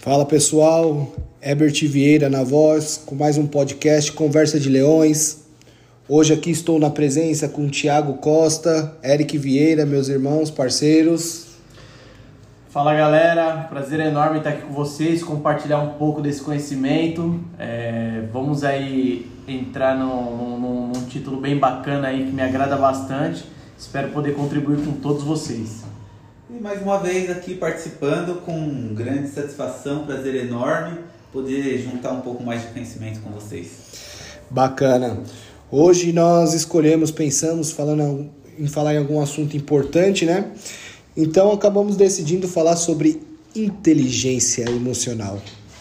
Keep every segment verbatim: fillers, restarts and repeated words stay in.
Fala pessoal, Herbert Vieira na voz, com mais um podcast Conversa de Leões. Hoje aqui estou na presença com Thiago Costa, Eric Vieira, meus irmãos, parceiros. Fala galera, prazer enorme estar aqui com vocês, compartilhar um pouco desse conhecimento. É, vamos aí entrar num, num, num título bem bacana aí que me agrada bastante. Espero poder contribuir com todos vocês. E mais uma vez aqui participando com grande satisfação, prazer enorme poder juntar um pouco mais de conhecimento com vocês. Bacana. Hoje nós escolhemos, pensamos falando em falar em algum assunto importante, né? Então acabamos decidindo falar sobre inteligência emocional.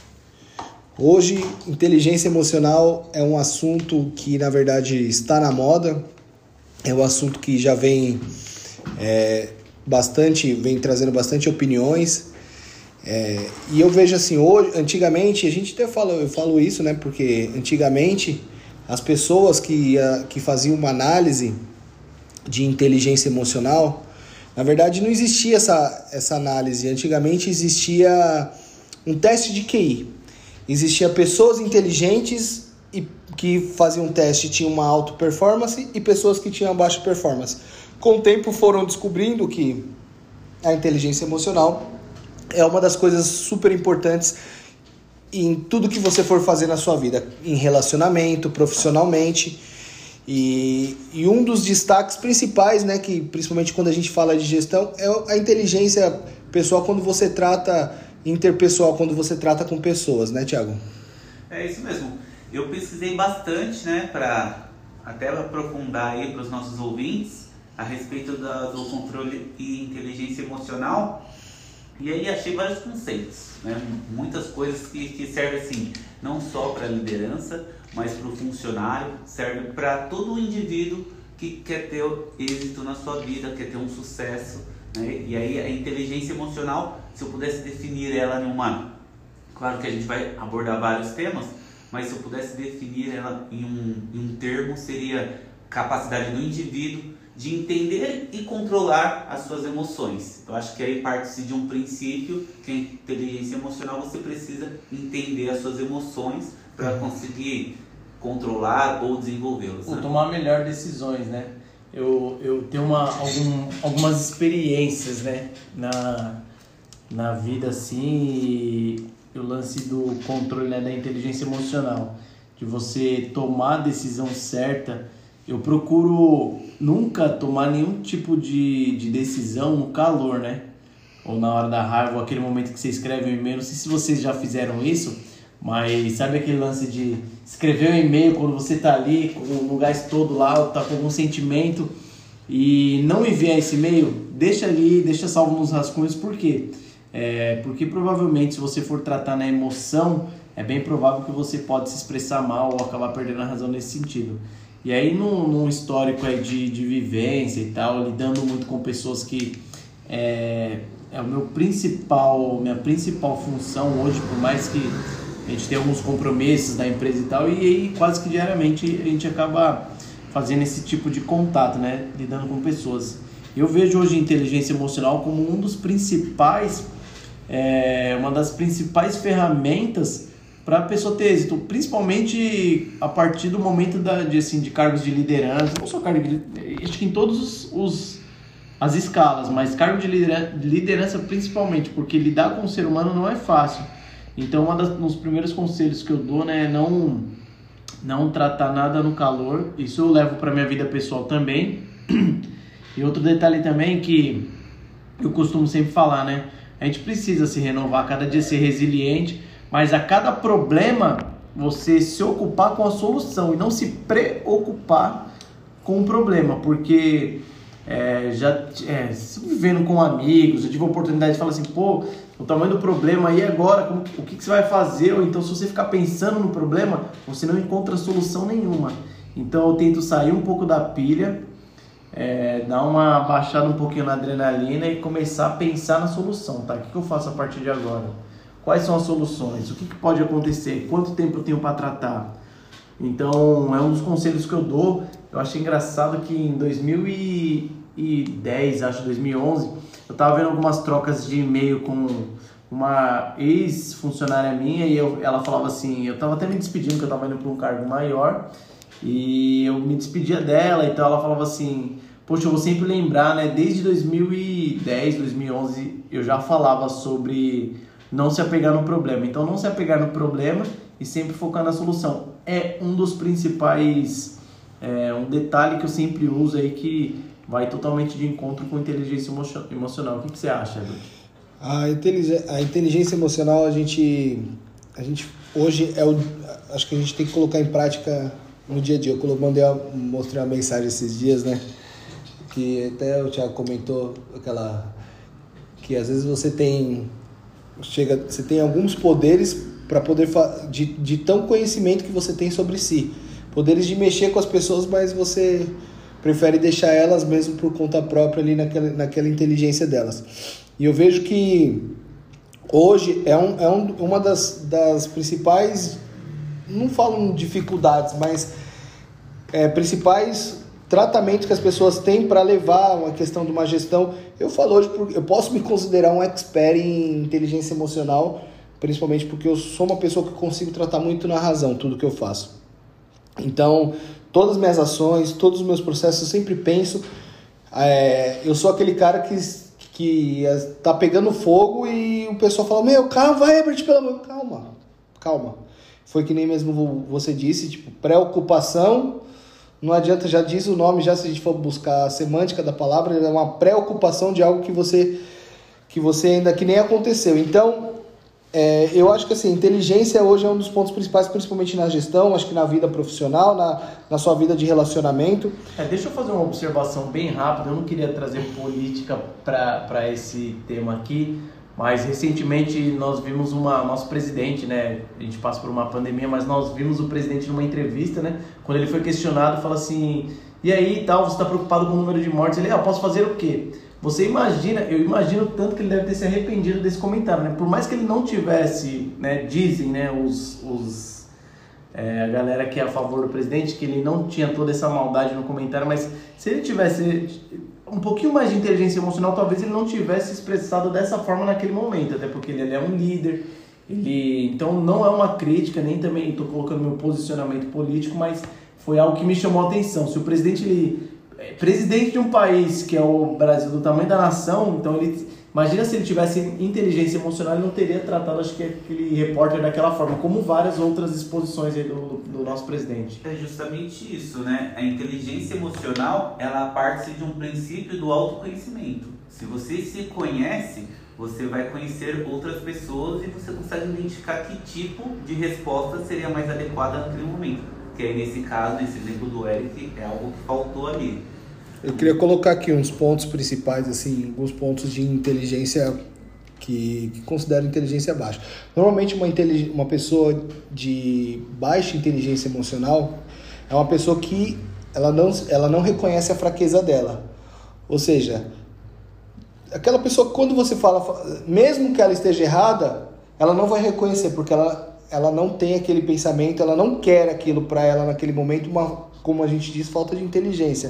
Hoje, inteligência emocional é um assunto que na verdade está na moda, é um assunto que já vem é, bastante, vem trazendo bastante opiniões. É, e eu vejo assim, hoje, antigamente, a gente até fala, eu falo isso, né? Porque antigamente as pessoas que, que faziam uma análise de inteligência emocional, na verdade não existia essa, essa análise. Antigamente existia um teste de Q I. Existia pessoas inteligentes e que faziam um teste e tinham uma alta performance e pessoas que tinham baixa performance. Com o tempo foram descobrindo que a inteligência emocional é uma das coisas super importantes em tudo que você for fazer na sua vida, em relacionamento, profissionalmente. E, e um dos destaques principais, né, que principalmente quando a gente fala de gestão, é a inteligência pessoal quando você trata, interpessoal, quando você trata com pessoas, né, Thiago? É isso mesmo. Eu pesquisei bastante, né, para até aprofundar aí para os nossos ouvintes a respeito da, do controle e inteligência emocional. E aí achei vários conceitos, né? Muitas coisas que, que servem assim, não só para a liderança, mas para o funcionário, serve para todo indivíduo que quer ter êxito na sua vida, quer ter um sucesso, né? E aí a inteligência emocional, se eu pudesse definir ela em uma... Claro que a gente vai abordar vários temas, mas se eu pudesse definir ela em um, em um termo, seria capacidade do indivíduo de entender e controlar as suas emoções. Eu acho que aí parte-se de um princípio que a inteligência emocional você precisa entender as suas emoções para conseguir controlar ou desenvolvê-las. Ou né? tomar melhor decisões, né? Eu, eu tenho uma, algum, algumas experiências, né, na, na vida assim, e o lance do controle, né, da inteligência emocional, de você tomar a decisão certa. Eu procuro nunca tomar nenhum tipo de, de decisão no calor, né? Ou na hora da raiva, ou aquele momento que você escreve um e-mail. Não sei se vocês já fizeram isso, mas sabe aquele lance de escrever um e-mail quando você tá ali, com o gás todo lá, tá com algum sentimento, e não enviar esse e-mail? Deixa ali, deixa salvo nos rascunhos. Por quê? É, porque provavelmente se você for tratar na emoção, é bem provável que você pode se expressar mal ou acabar perdendo a razão nesse sentido. E aí, num, num histórico aí de, de vivência e tal, lidando muito com pessoas que é, é o meu principal, minha principal função hoje, por mais que a gente tenha alguns compromissos da empresa e tal, e aí quase que diariamente a gente acaba fazendo esse tipo de contato, né, lidando com pessoas. Eu vejo hoje a inteligência emocional como um dos principais, é, uma das principais ferramentas para a pessoa ter êxito, principalmente a partir do momento da, de, assim, de cargos de liderança, não só cargo de acho que em todos os, os as escalas, mas cargo de liderança, liderança principalmente, porque lidar com o ser humano não é fácil. Então, um dos primeiros conselhos que eu dou, né, é não, não tratar nada no calor. Isso eu levo para minha vida pessoal também. E outro detalhe também que eu costumo sempre falar, né, a gente precisa se renovar, cada dia ser resiliente, mas a cada problema você se ocupar com a solução e não se preocupar com o problema, porque é, já é, vivendo com amigos, eu tive a oportunidade de falar assim, pô, o tamanho do problema aí agora, como, o que, que você vai fazer? Ou então se você ficar pensando no problema, você não encontra solução nenhuma. Então eu tento sair um pouco da pilha, é, dar uma baixada um pouquinho na adrenalina e começar a pensar na solução, tá? O que, que eu faço a partir de agora? Quais são as soluções? O que, que pode acontecer? Quanto tempo eu tenho para tratar? Então, é um dos conselhos que eu dou. Eu achei engraçado que em dois mil e dez, acho dois mil e onze, eu estava vendo algumas trocas de e-mail com uma ex-funcionária minha e eu, ela falava assim, eu estava até me despedindo, que eu estava indo para um cargo maior, e eu me despedia dela, então ela falava assim, poxa, eu vou sempre lembrar, né, desde dois mil e dez, dois mil e onze, eu já falava sobre não se apegar no problema, então não se apegar no problema e sempre focar na solução, é um dos principais, é, um detalhe que eu sempre uso aí que vai totalmente de encontro com inteligência emocional. O que, que você acha, Edward? A inteligência, a inteligência emocional, a gente, a gente hoje é o, acho que a gente tem que colocar em prática no dia a dia. Eu mandei, mostrei uma mensagem esses dias, né? Que até o Thiago comentou aquela que às vezes você tem chega, você tem alguns poderes para poder de, de tão conhecimento que você tem sobre si, poderes de mexer com as pessoas, mas você prefere deixar elas mesmo por conta própria ali naquela, naquela inteligência delas. E eu vejo que hoje é, um, é um, uma das, das principais, não falo dificuldades, mas é, principais tratamentos que as pessoas têm para levar uma questão de uma gestão. Eu falo hoje, eu posso me considerar um expert em inteligência emocional, principalmente porque eu sou uma pessoa que consigo tratar muito na razão tudo que eu faço. Então, todas as minhas ações, todos os meus processos, eu sempre penso, é, eu sou aquele cara que, que tá pegando fogo e o pessoal fala, meu, calma, vai, Herbert, pelo amor, calma, calma. Foi que nem mesmo você disse, tipo, preocupação, não adianta, já diz o nome, já se a gente for buscar a semântica da palavra, é uma preocupação de algo que você, que você ainda, que nem aconteceu. Então, É, eu acho que assim, inteligência hoje é um dos pontos principais, principalmente na gestão, acho que na vida profissional, na, na sua vida de relacionamento. É, deixa eu fazer uma observação bem rápida, eu não queria trazer política para esse tema aqui, mas recentemente nós vimos uma, nosso presidente, né, a gente passa por uma pandemia, mas nós vimos o presidente numa entrevista, né, quando ele foi questionado, fala assim, e aí tal, você está preocupado com o número de mortes? Ele, ah, posso fazer o quê? Você imagina, eu imagino tanto que ele deve ter se arrependido desse comentário, né? Por mais que ele não tivesse, né, dizem, né, os, os, é, a galera que é a favor do presidente, que ele não tinha toda essa maldade no comentário, mas se ele tivesse um pouquinho mais de inteligência emocional, talvez ele não tivesse expressado dessa forma naquele momento, até porque ele, ele é um líder, ele, então não é uma crítica, nem também estou colocando meu posicionamento político, mas foi algo que me chamou a atenção. Se o presidente, ele... presidente de um país que é o Brasil, do tamanho da nação, então ele, imagina se ele tivesse inteligência emocional, ele não teria tratado, acho que aquele repórter daquela forma, como várias outras exposições aí do, do nosso presidente. É justamente isso, né? A inteligência emocional, ela parte de um princípio do autoconhecimento. Se você se conhece, você vai conhecer outras pessoas e você consegue identificar que tipo de resposta seria mais adequada naquele momento. Que aí nesse caso, nesse exemplo do Eric, é algo que faltou ali. Eu queria colocar aqui uns pontos principais, assim, alguns pontos de inteligência que, que considero inteligência baixa. Normalmente uma, intelig... uma pessoa de baixa inteligência emocional é uma pessoa que ela não, ela não reconhece a fraqueza dela. Ou seja, aquela pessoa, quando você fala, mesmo que ela esteja errada, ela não vai reconhecer, porque ela... ela não tem aquele pensamento, ela não quer aquilo para ela naquele momento, uma, como a gente diz, falta de inteligência.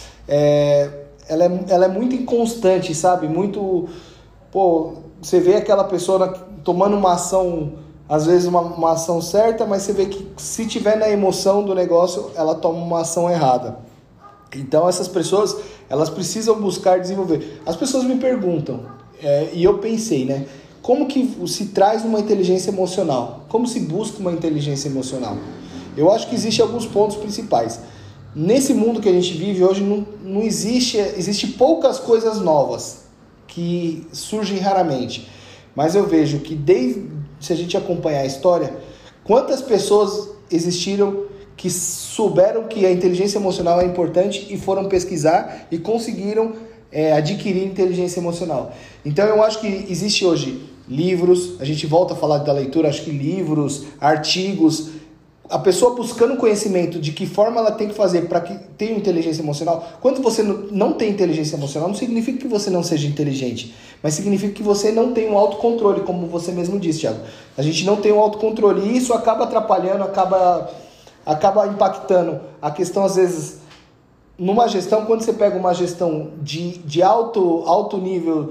É, ela, é, ela é muito inconstante, sabe? Muito, pô, você vê aquela pessoa na, tomando uma ação, às vezes uma, uma ação certa, mas você vê que se tiver na emoção do negócio, ela toma uma ação errada. Então essas pessoas, elas precisam buscar desenvolver. As pessoas me perguntam, é, e eu pensei, né? Como que se traz uma inteligência emocional? Como se busca uma inteligência emocional? Eu acho que existem alguns pontos principais. Nesse mundo que a gente vive hoje, não, não existe, existe poucas coisas novas que surgem raramente. Mas eu vejo que, desde, se a gente acompanhar a história, quantas pessoas existiram que souberam que a inteligência emocional é importante e foram pesquisar e conseguiram é, adquirir inteligência emocional. Então eu acho que existe hoje livros, a gente volta a falar da leitura, acho que livros, artigos, a pessoa buscando conhecimento de que forma ela tem que fazer para que tenha inteligência emocional. Quando você não tem inteligência emocional, não significa que você não seja inteligente, mas significa que você não tem um autocontrole, como você mesmo disse, Thiago. A gente não tem um autocontrole e isso acaba atrapalhando, acaba, acaba impactando a questão, às vezes, numa gestão, quando você pega uma gestão de, de alto, alto nível,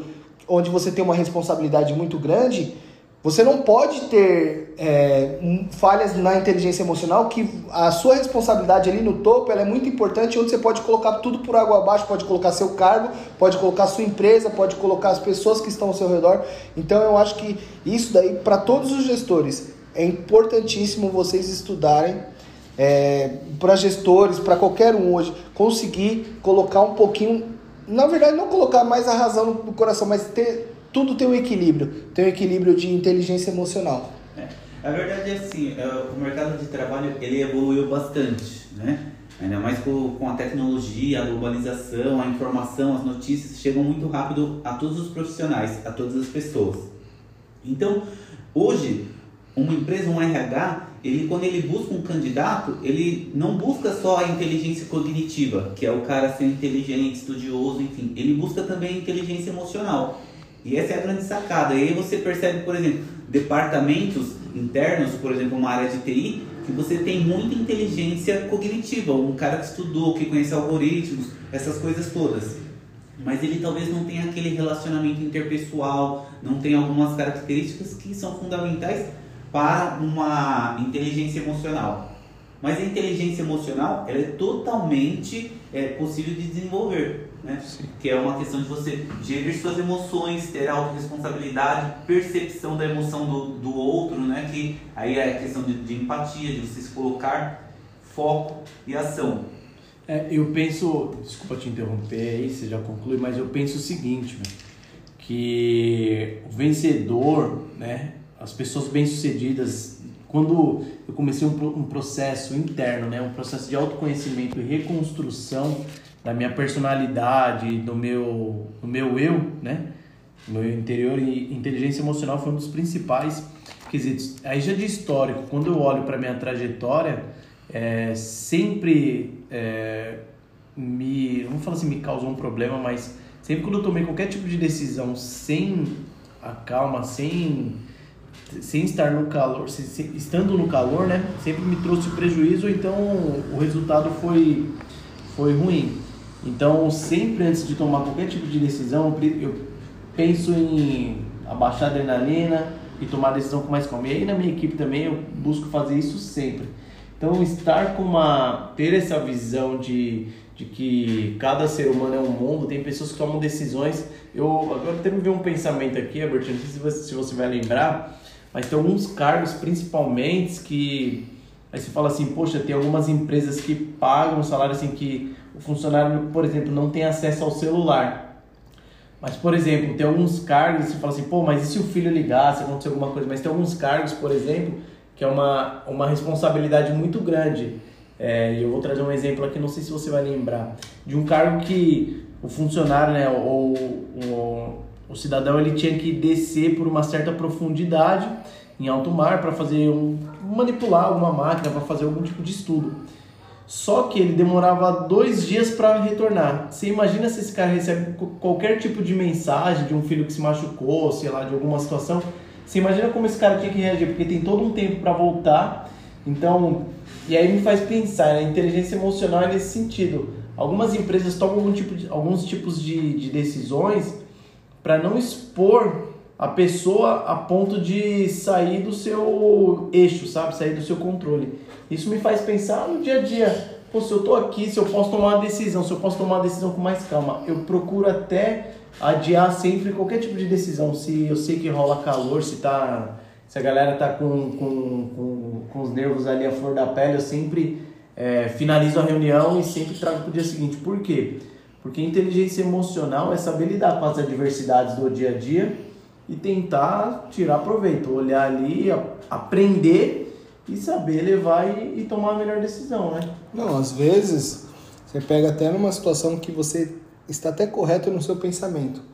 onde você tem uma responsabilidade muito grande, você não pode ter é, um, falhas na inteligência emocional, que a sua responsabilidade ali no topo ela é muito importante, onde você pode colocar tudo por água abaixo, pode colocar seu cargo, pode colocar sua empresa, pode colocar as pessoas que estão ao seu redor. Então eu acho que isso daí, para todos os gestores, é importantíssimo vocês estudarem, é, para gestores, para qualquer um hoje, conseguir colocar um pouquinho, na verdade não colocar mais a razão no coração, mas ter... Tudo tem um equilíbrio, tem um equilíbrio de inteligência emocional. É, a verdade é assim, o mercado de trabalho ele evoluiu bastante, né? Ainda mais com, com a tecnologia, a globalização, a informação, as notícias chegam muito rápido a todos os profissionais, a todas as pessoas. Então, hoje, uma empresa, um R H, ele, quando ele busca um candidato, ele não busca só a inteligência cognitiva, que é o cara ser inteligente, estudioso, enfim. Ele busca também a inteligência emocional. E essa é a grande sacada. E aí você percebe, por exemplo, departamentos internos, por exemplo, uma área de T I, que você tem muita inteligência cognitiva, um cara que estudou, que conhece algoritmos, essas coisas todas. Mas ele talvez não tenha aquele relacionamento interpessoal, não tenha algumas características que são fundamentais para uma inteligência emocional. Mas a inteligência emocional ela é totalmente é, possível de desenvolver, né? Que é uma questão de você gerir suas emoções, ter autorresponsabilidade, percepção da emoção do, do outro, né? Que aí é a questão de, de empatia, de você se colocar, foco e ação. É, eu penso, desculpa te interromper aí, você já conclui, mas eu penso o seguinte, né? Que o vencedor, né? As pessoas bem-sucedidas, quando eu comecei um, um processo interno, né? Um processo de autoconhecimento e reconstrução da minha personalidade, do meu, do meu eu, né? Do meu interior, e inteligência emocional foi um dos principais quesitos. Aí já de histórico, quando eu olho para minha trajetória, é, sempre é, me, não vou falar assim, me causou um problema, mas sempre quando eu tomei qualquer tipo de decisão sem a calma, sem, sem estar no calor, sem, sem, estando no calor, né? Sempre me trouxe prejuízo, então o resultado foi, foi ruim. Então, sempre antes de tomar qualquer tipo de decisão, eu penso em abaixar a adrenalina e tomar a decisão com mais calma. E aí na minha equipe também eu busco fazer isso sempre. Então, estar com uma... ter essa visão de, de que cada ser humano é um mundo, tem pessoas que tomam decisões. Eu agora até me veio um pensamento aqui, Albertinho, não sei se você, se você vai lembrar, mas tem alguns cargos, principalmente, que... Aí você fala assim, poxa, tem algumas empresas que pagam um salário assim que o funcionário, por exemplo, não tem acesso ao celular. Mas, por exemplo, tem alguns cargos, você fala assim, pô, mas e se o filho ligar, se acontecer alguma coisa? Mas tem alguns cargos, por exemplo, que é uma, uma responsabilidade muito grande. É, e eu vou trazer um exemplo aqui, não sei se você vai lembrar, de um cargo que o funcionário, né, ou o, o cidadão, ele tinha que descer por uma certa profundidade em alto mar para fazer um, manipular alguma máquina, para fazer algum tipo de estudo. Só que ele demorava dois dias para retornar. Você imagina se esse cara recebe qualquer tipo de mensagem de um filho que se machucou, sei lá, de alguma situação. Você imagina como esse cara tinha que reagir, porque tem todo um tempo para voltar. Então, e aí me faz pensar, a inteligência emocional é nesse sentido. Algumas empresas tomam algum tipo de, alguns tipos de, de decisões para não expor a pessoa a ponto de sair do seu eixo, sabe? Sair do seu controle. Isso me faz pensar no dia a dia. Pô, se eu tô aqui, se eu posso tomar uma decisão, se eu posso tomar uma decisão com mais calma, eu procuro até adiar sempre qualquer tipo de decisão. Se eu sei que rola calor, se, tá, se a galera tá com, com, com, com os nervos ali à flor da pele, eu sempre é, finalizo a reunião e sempre trago pro dia seguinte. Por quê? Porque inteligência emocional é saber lidar com as adversidades do dia a dia e tentar tirar proveito, olhar ali, aprender e saber levar e, e tomar a melhor decisão, né? Não, às vezes você pega até numa situação que você está até correto no seu pensamento,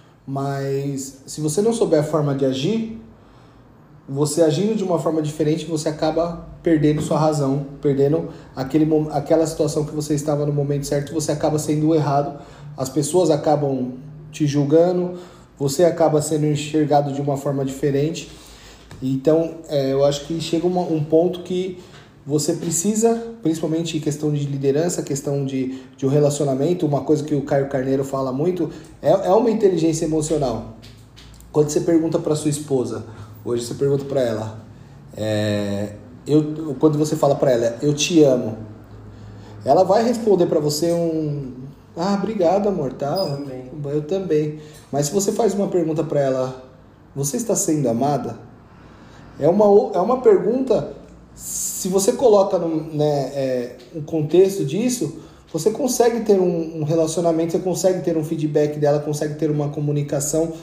mas se você não souber a forma de agir, você agindo de uma forma diferente, você acaba perdendo sua razão, perdendo aquele, aquela situação que você estava no momento certo, você acaba sendo o errado, as pessoas acabam te julgando, você acaba sendo enxergado de uma forma diferente. Então, é, eu acho que chega uma, um ponto que você precisa, principalmente em questão de liderança, questão de, de um relacionamento, uma coisa que o Caio Carneiro fala muito, é, é uma inteligência emocional. Quando você pergunta para sua esposa, hoje você pergunta para ela, é, eu, quando você fala para ela, eu te amo, ela vai responder para você um, ah, obrigado amor, tá? Eu também. Eu também. Mas se você faz uma pergunta para ela, você está sendo amada? É uma, é uma pergunta, se você coloca no, né, é, um contexto disso, você consegue ter um, um relacionamento, você consegue ter um feedback dela, consegue ter uma comunicação.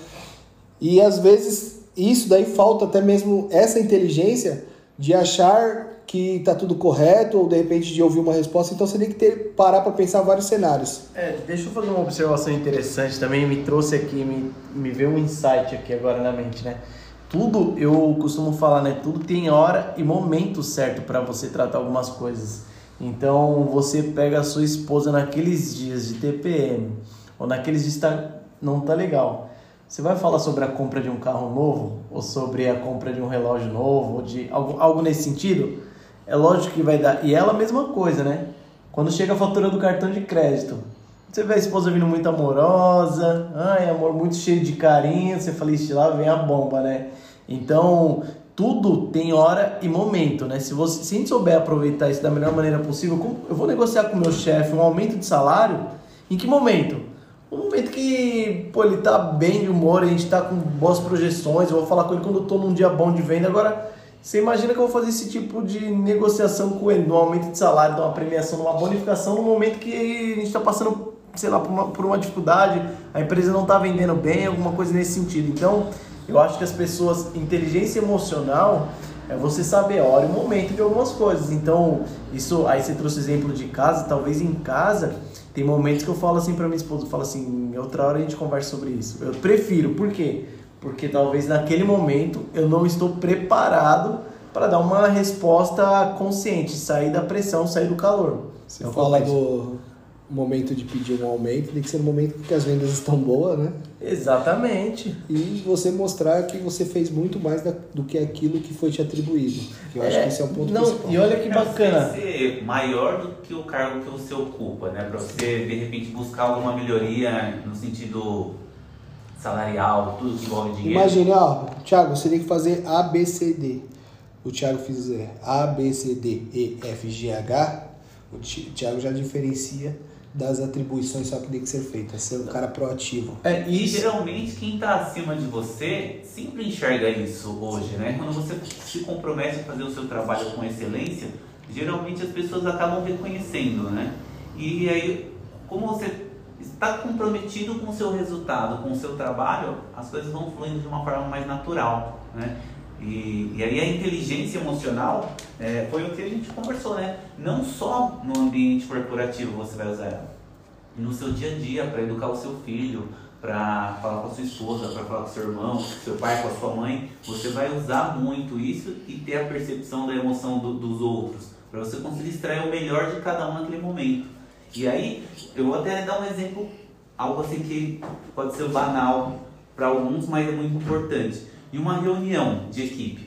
E às vezes isso daí falta até mesmo essa inteligência de achar que tá tudo correto ou de repente de ouvir uma resposta. Então você tem que ter, parar para pensar vários cenários. É, deixa eu fazer uma observação interessante também, me trouxe aqui, me, me veio um insight aqui agora na mente, né? Tudo, eu costumo falar, né? Tudo tem hora e momento certo para você tratar algumas coisas. Então você pega a sua esposa naqueles dias de T P M ou naqueles dias que tá, não tá legal. Você vai falar sobre a compra de um carro novo ou sobre a compra de um relógio novo ou de algo, algo nesse sentido? É lógico que vai dar. E ela a mesma coisa, né? Quando chega a fatura do cartão de crédito, você vê a esposa vindo muito amorosa, ai, amor, muito cheio de carinho, você fala, ixi, lá vem a bomba, né? Então, tudo tem hora e momento, né? Se, você, se a gente souber aproveitar isso da melhor maneira possível, como eu vou negociar com o meu chefe um aumento de salário, em que momento? No momento que, pô, ele tá bem de humor, a gente tá com boas projeções, eu vou falar com ele quando eu tô num dia bom de venda. Agora, você imagina que eu vou fazer esse tipo de negociação com ele, no aumento de salário, de uma premiação, de uma bonificação, no momento que a gente está passando, sei lá, por uma, por uma dificuldade, a empresa não está vendendo bem, alguma coisa nesse sentido. Então, eu acho que as pessoas, inteligência emocional, é você saber a hora e o momento de algumas coisas. Então, isso, aí você trouxe exemplo de casa, talvez em casa, tem momentos que eu falo assim para minha esposa, eu falo assim, outra hora a gente conversa sobre isso. Eu prefiro, por quê? Porque talvez naquele momento eu não estou preparado para dar uma resposta consciente, sair da pressão, sair do calor. Você eu fala do momento de pedir um aumento, tem que ser no momento que as vendas estão boas, né? Exatamente. E você mostrar que você fez muito mais da, do que aquilo que foi te atribuído. Eu acho é, que esse é um ponto não, principal. E olha que bacana. Você tem que ser maior do que o cargo que você ocupa, né? Para você, de repente, buscar alguma melhoria no sentido salarial, tudo que envolve dinheiro. Imagine, ó, Thiago, você tem que fazer A, B, C, D. O Thiago fizer A, B, C, D, E, F, G, H, o Thiago já diferencia das atribuições só que tem que ser feitas, ser um cara proativo. É, e geralmente quem está acima de você sempre enxerga isso hoje, né? Quando você se compromete a fazer o seu trabalho com excelência, geralmente as pessoas acabam reconhecendo, né? E aí, como você está comprometido com o seu resultado, com o seu trabalho, as coisas vão fluindo de uma forma mais natural, né? E, e aí a inteligência emocional é, foi o que a gente conversou, né? Não só no ambiente corporativo você vai usar ela, no seu dia a dia, para educar o seu filho, para falar com a sua esposa, para falar com o seu irmão, com o seu pai, com a sua mãe. Você vai usar muito isso e ter a percepção da emoção do, dos outros, para você conseguir extrair o melhor de cada um naquele momento. E aí, eu vou até dar um exemplo, algo assim que pode ser banal para alguns, mas é muito importante. Em uma reunião de equipe,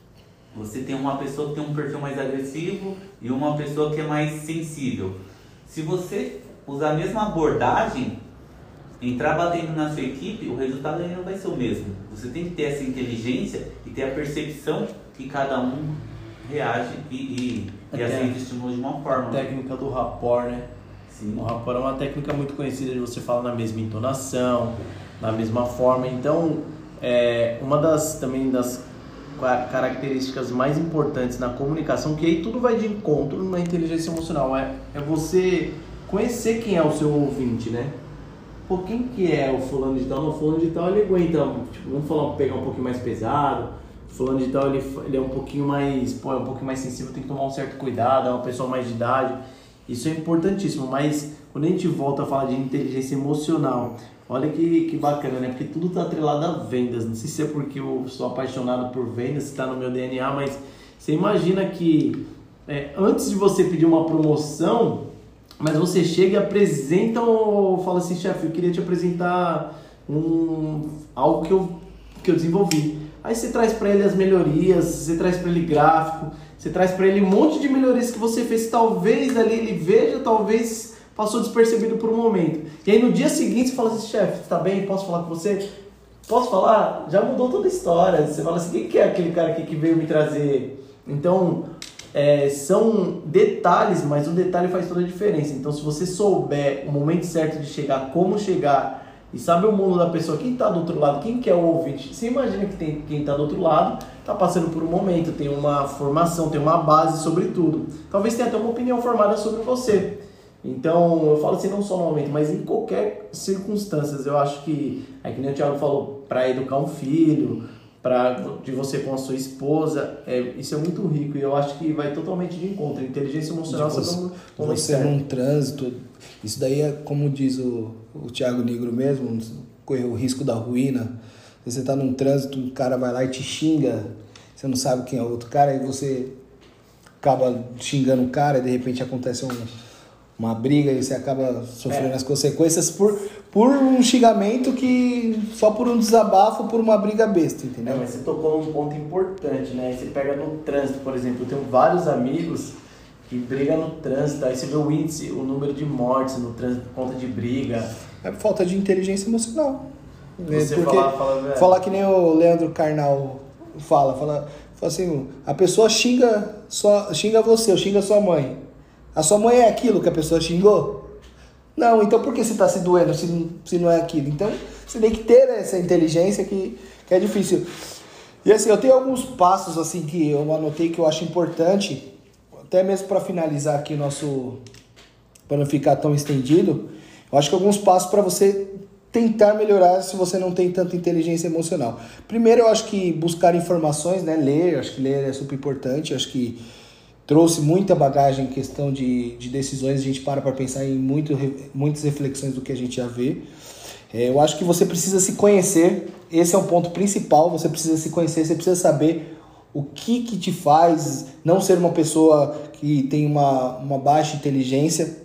você tem uma pessoa que tem um perfil mais agressivo e uma pessoa que é mais sensível. Se você usar a mesma abordagem, entrar batendo na sua equipe, o resultado ainda não vai ser o mesmo. Você tem que ter essa inteligência e ter a percepção que cada um reage e, e, e aceita estímulo de uma forma. A técnica do rapport, né? Sim. O rapport é uma técnica muito conhecida de você falar na mesma entonação, na mesma forma. Então, é uma das também das características mais importantes na comunicação, que aí tudo vai de encontro na inteligência emocional, é, é você conhecer quem é o seu ouvinte, né? Pô, quem que é o fulano de tal? No fulano de tal ele aguenta, tipo, vamos falar, pegar um pouquinho mais pesado, fulano de tal ele, ele é um pouquinho mais, pô, é um pouquinho mais sensível, tem que tomar um certo cuidado, é uma pessoa mais de idade. Isso é importantíssimo, mas quando a gente volta a falar de inteligência emocional, olha que, que bacana, né? Porque tudo está atrelado a vendas. Não sei se é porque eu sou apaixonado por vendas, se está no meu D N A, mas você imagina que é, antes de você pedir uma promoção, mas você chega e apresenta ou fala assim, chefe, eu queria te apresentar um, algo que eu, que eu desenvolvi. Aí você traz para ele as melhorias, você traz para ele gráfico, você Você traz para ele um monte de melhorias que você fez, talvez ali ele veja, talvez passou despercebido por um momento. E aí no dia seguinte você fala assim, chefe, tá bem? Posso falar com você? Posso falar? Já mudou toda a história. Você fala assim, quem que é aquele cara aqui que veio me trazer? Então, é, são detalhes, mas o detalhe faz toda a diferença. Então, se você souber o momento certo de chegar, como chegar, e sabe o mundo da pessoa, quem está do outro lado, quem que é o ouvinte, você imagina que tem, quem está do outro lado está passando por um momento, tem uma formação, tem uma base sobre tudo. Talvez tenha até uma opinião formada sobre você. Então, eu falo assim, não só no momento, mas em qualquer circunstância. Eu acho que, é que nem o Thiago falou, para educar um filho, para de você com a sua esposa, é, isso é muito rico e eu acho que vai totalmente de encontro. Inteligência emocional, de você, você, você num trânsito, isso daí é como diz o, o Thiago Negro mesmo, correr o risco da ruína. Você está num trânsito, um cara vai lá e te xinga, você não sabe quem é o outro cara, e você acaba xingando o cara e de repente acontece um, uma briga e você acaba sofrendo é. as consequências por, por um xingamento que só por um desabafo, por uma briga besta, entendeu? É, mas você tocou num ponto importante, né? Você pega no trânsito, por exemplo, eu tenho vários amigos que brigam no trânsito, aí você vê o índice, o número de mortes no trânsito por conta de briga. É falta de inteligência emocional. Você Porque falar, fala, falar que nem o Leandro Carnal fala, fala, fala assim, a pessoa xinga, só, xinga você, ou xinga sua mãe. A sua mãe é aquilo que a pessoa xingou? Não, então por que você está se doendo se, se não é aquilo? Então você tem que ter essa inteligência que, que é difícil. E assim, eu tenho alguns passos assim que eu anotei que eu acho importante, até mesmo para finalizar aqui o nosso, para não ficar tão estendido, eu acho que alguns passos para você tentar melhorar se você não tem tanta inteligência emocional. Primeiro, eu acho que buscar informações, né? Ler, eu acho que ler é super importante, eu acho que trouxe muita bagagem em questão de, de decisões, a gente para para pensar em muito, muitas reflexões do que a gente já vê. É, eu acho que você precisa se conhecer, esse é um ponto principal, você precisa se conhecer, você precisa saber o que, que te faz não ser uma pessoa que tem uma, uma baixa inteligência,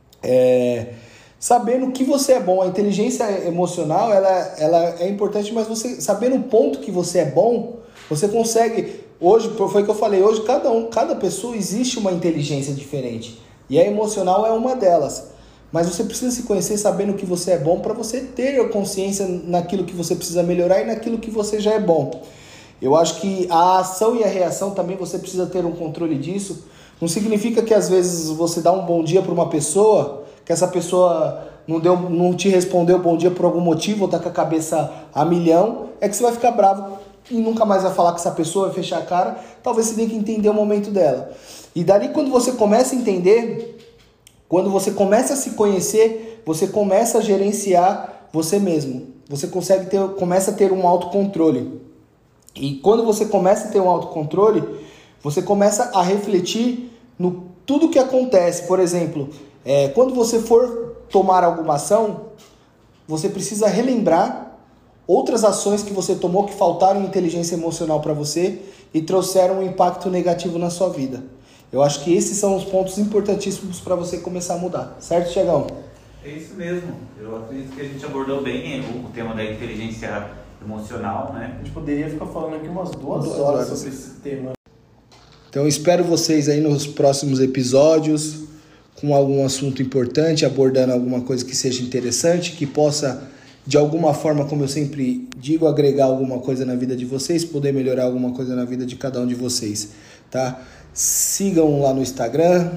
é, sabendo que você é bom. A inteligência emocional ela, ela é importante, mas você sabendo o ponto que você é bom, você consegue... Hoje, foi o que eu falei, hoje cada, um, cada pessoa existe uma inteligência diferente. E a emocional é uma delas. Mas você precisa se conhecer sabendo que você é bom para você ter a consciência naquilo que você precisa melhorar e naquilo que você já é bom. Eu acho que a ação e a reação também você precisa ter um controle disso. Não significa que às vezes você dá um bom dia para uma pessoa, que essa pessoa não, deu, não te respondeu bom dia por algum motivo, ou tá com a cabeça a milhão, é que você vai ficar bravo e nunca mais vai falar com essa pessoa, vai fechar a cara. Talvez você tenha que entender o momento dela. E dali, quando você começa a entender, quando você começa a se conhecer, você começa a gerenciar você mesmo. Você consegue ter, começa a ter um autocontrole. E quando você começa a ter um autocontrole, você começa a refletir no tudo que acontece. Por exemplo, é, quando você for tomar alguma ação, você precisa relembrar outras ações que você tomou que faltaram inteligência emocional para você e trouxeram um impacto negativo na sua vida. Eu acho que esses são os pontos importantíssimos para você começar a mudar. Certo, Tiagão? É isso mesmo. Eu acredito que a gente abordou bem o tema da inteligência emocional, né? A gente poderia ficar falando aqui umas duas, duas horas, horas sobre esse tema. Então, espero vocês aí nos próximos episódios com algum assunto importante, abordando alguma coisa que seja interessante, que possa, de alguma forma, como eu sempre digo, agregar alguma coisa na vida de vocês, poder melhorar alguma coisa na vida de cada um de vocês, tá? Sigam lá no Instagram,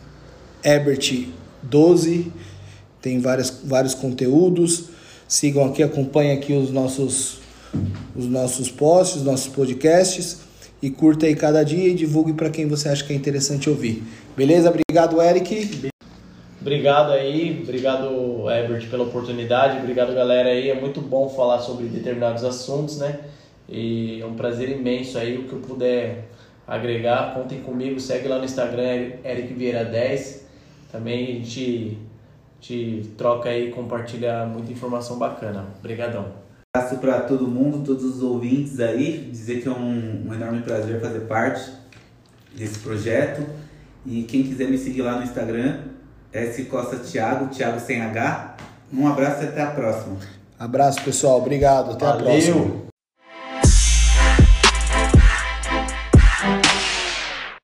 Herbert doze, tem várias, vários conteúdos. Sigam aqui, acompanhem aqui os nossos, os nossos posts, os nossos podcasts e curta aí cada dia e divulgue para quem você acha que é interessante ouvir. Beleza? Obrigado, Eric. Obrigado aí, obrigado, Herbert, pela oportunidade, obrigado, galera aí, é muito bom falar sobre determinados assuntos, né? E é um prazer imenso aí, o que eu puder agregar, contem comigo, segue lá no Instagram, Eric Vieira dez, também a gente, gente troca aí, compartilha muita informação bacana. Obrigadão. Um abraço para todo mundo, todos os ouvintes aí, dizer que é um, um enorme prazer fazer parte desse projeto, e quem quiser me seguir lá no Instagram, S Costa Thiago, Thiago sem H. Um abraço e até a próxima. Abraço, pessoal. Obrigado. Até Valeu. A próxima.